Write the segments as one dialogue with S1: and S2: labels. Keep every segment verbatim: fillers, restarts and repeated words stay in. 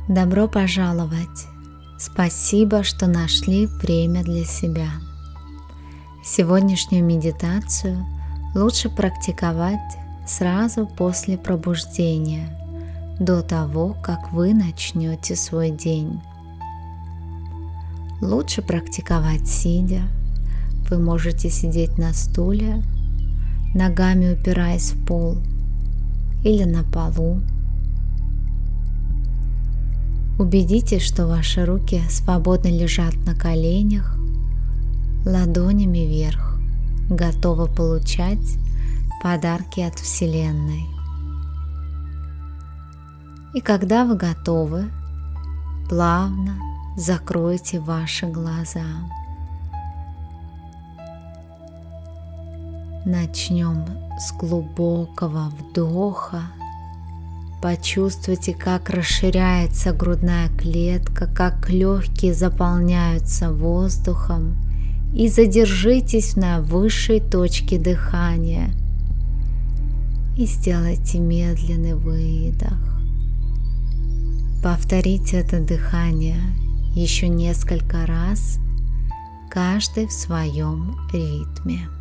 S1: Добро пожаловать! Спасибо, что нашли время для себя. Сегодняшнюю медитацию лучше практиковать сразу после пробуждения, до того, как вы начнете свой день. Лучше практиковать сидя. Вы можете сидеть на стуле, ногами упираясь в пол, или на полу. Убедитесь, что ваши руки свободно лежат на коленях, ладонями вверх, готовы получать подарки от Вселенной. И когда вы готовы, плавно закройте ваши глаза. Начнем с глубокого вдоха. Почувствуйте, как расширяется грудная клетка, как легкие заполняются воздухом, и задержитесь на высшей точке дыхания. И сделайте медленный выдох. Повторите это дыхание еще несколько раз, каждый в своем ритме.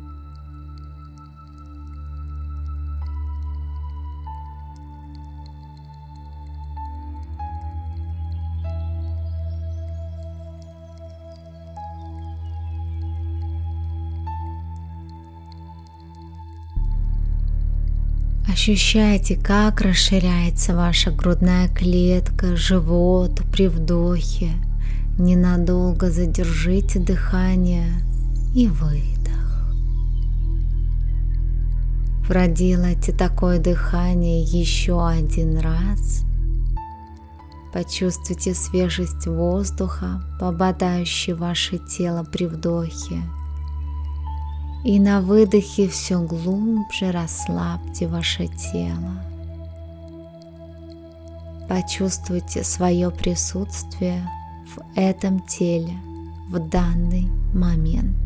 S1: Ощущайте, как расширяется ваша грудная клетка, живот при вдохе. Ненадолго задержите дыхание и выдох. Проделайте такое дыхание еще один раз. Почувствуйте свежесть воздуха, попадающий в ваше тело при вдохе. И на выдохе все глубже расслабьте ваше тело. Почувствуйте свое присутствие в этом теле в данный момент.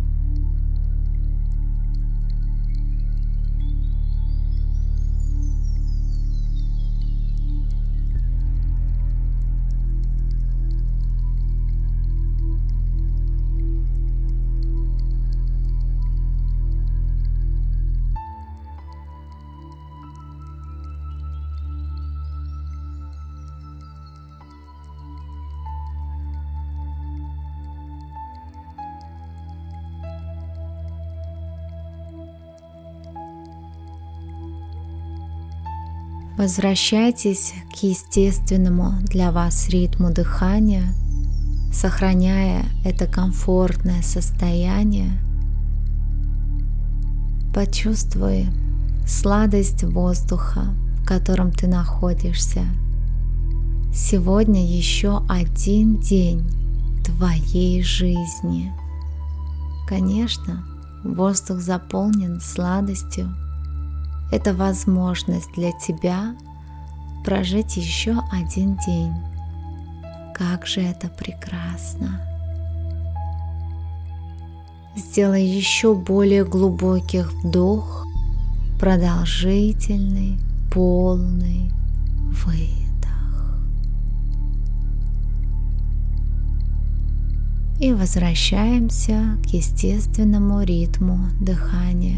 S1: Возвращайтесь к естественному для вас ритму дыхания, сохраняя это комфортное состояние. Почувствуй сладость воздуха, в котором ты находишься. Сегодня еще один день твоей жизни. Конечно, воздух заполнен сладостью. Это возможность для тебя прожить еще один день. Как же это прекрасно! Сделай еще более глубокий вдох, продолжительный, полный выдох. И возвращаемся к естественному ритму дыхания.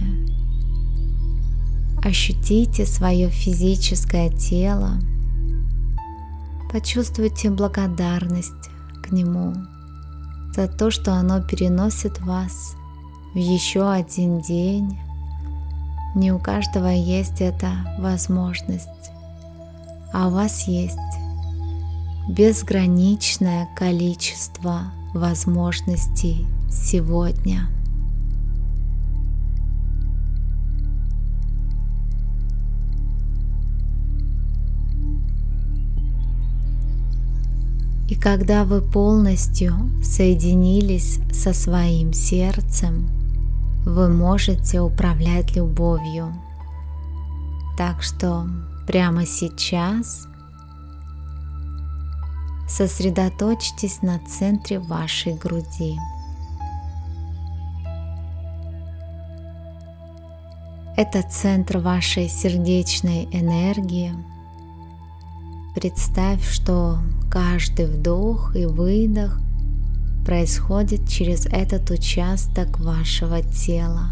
S1: Ощутите свое физическое тело, почувствуйте благодарность к нему за то, что оно переносит вас в еще один день. Не у каждого есть эта возможность, а у вас есть безграничное количество возможностей сегодня. И когда вы полностью соединились со своим сердцем, вы можете управлять любовью. Так что прямо сейчас сосредоточьтесь на центре вашей груди. Это центр вашей сердечной энергии, представь, что каждый вдох и выдох происходит через этот участок вашего тела.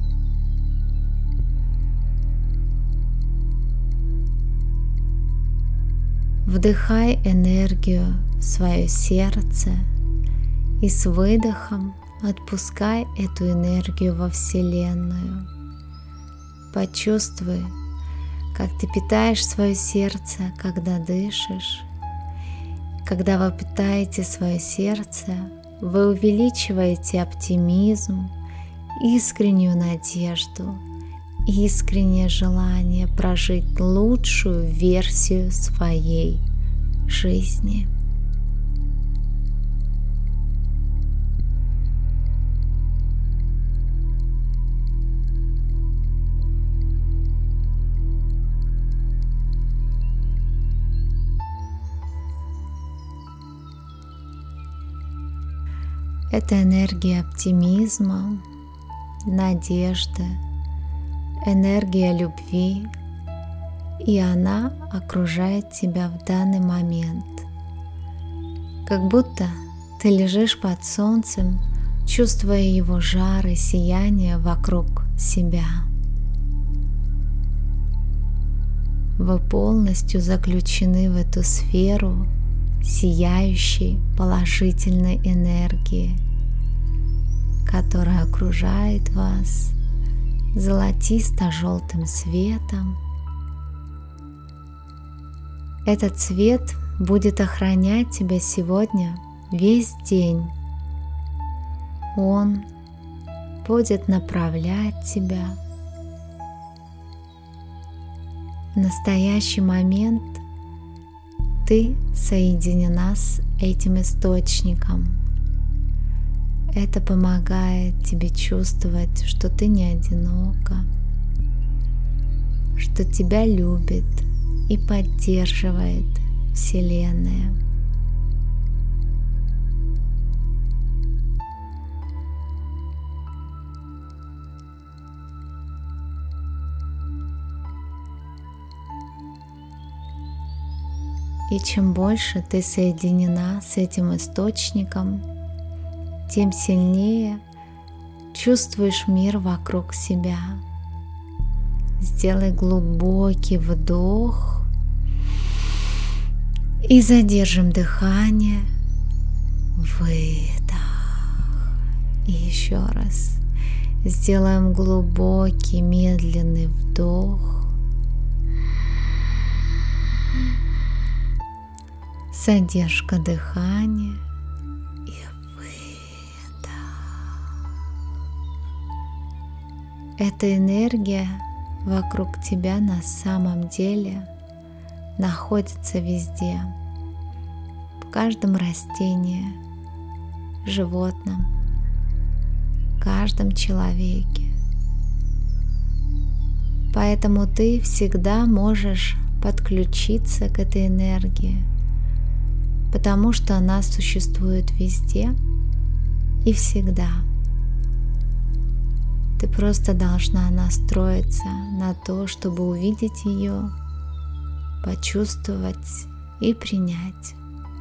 S1: Вдыхай энергию в свое сердце и с выдохом отпускай эту энергию во Вселенную. Почувствуй, как ты питаешь свое сердце, когда дышишь. Когда вы питаете свое сердце, вы увеличиваете оптимизм, искреннюю надежду, искреннее желание прожить лучшую версию своей жизни. Это энергия оптимизма, надежды, энергия любви, и она окружает тебя в данный момент. Как будто ты лежишь под солнцем, чувствуя его жар и сияние вокруг себя. Вы полностью заключены в эту сферу сияющей положительной энергии, которая окружает вас золотисто-желтым светом. Этот свет будет охранять тебя сегодня весь день. Он будет направлять тебя. В настоящий момент ты соединена с этим источником. Это помогает тебе чувствовать, что ты не одинока, что тебя любит и поддерживает Вселенная. И чем больше ты соединена с этим источником, тем сильнее чувствуешь мир вокруг себя. Сделай глубокий вдох и задержим дыхание. Выдох. И еще раз. Сделаем глубокий медленный вдох. Задержка дыхания и выдох. Эта энергия вокруг тебя на самом деле находится везде, в каждом растении, животном, каждом человеке. Поэтому ты всегда можешь подключиться к этой энергии, потому что она существует везде и всегда. Ты просто должна настроиться на то, чтобы увидеть ее, почувствовать и принять.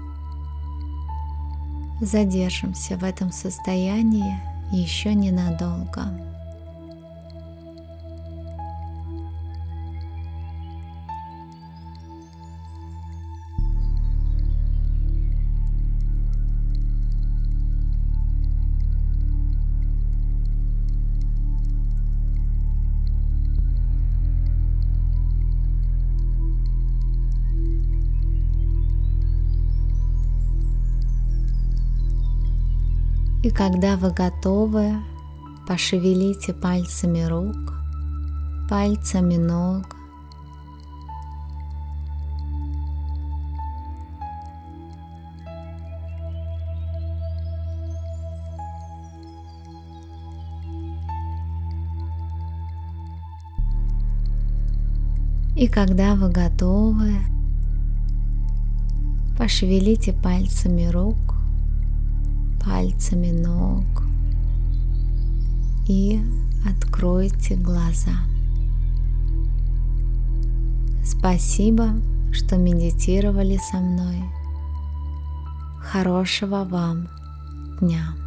S1: Задержимся в этом состоянии еще ненадолго. И когда вы готовы, пошевелите пальцами рук, пальцами ног. И когда вы готовы, пошевелите пальцами рук, пальцами ног и откройте глаза. Спасибо, что медитировали со мной. Хорошего вам дня!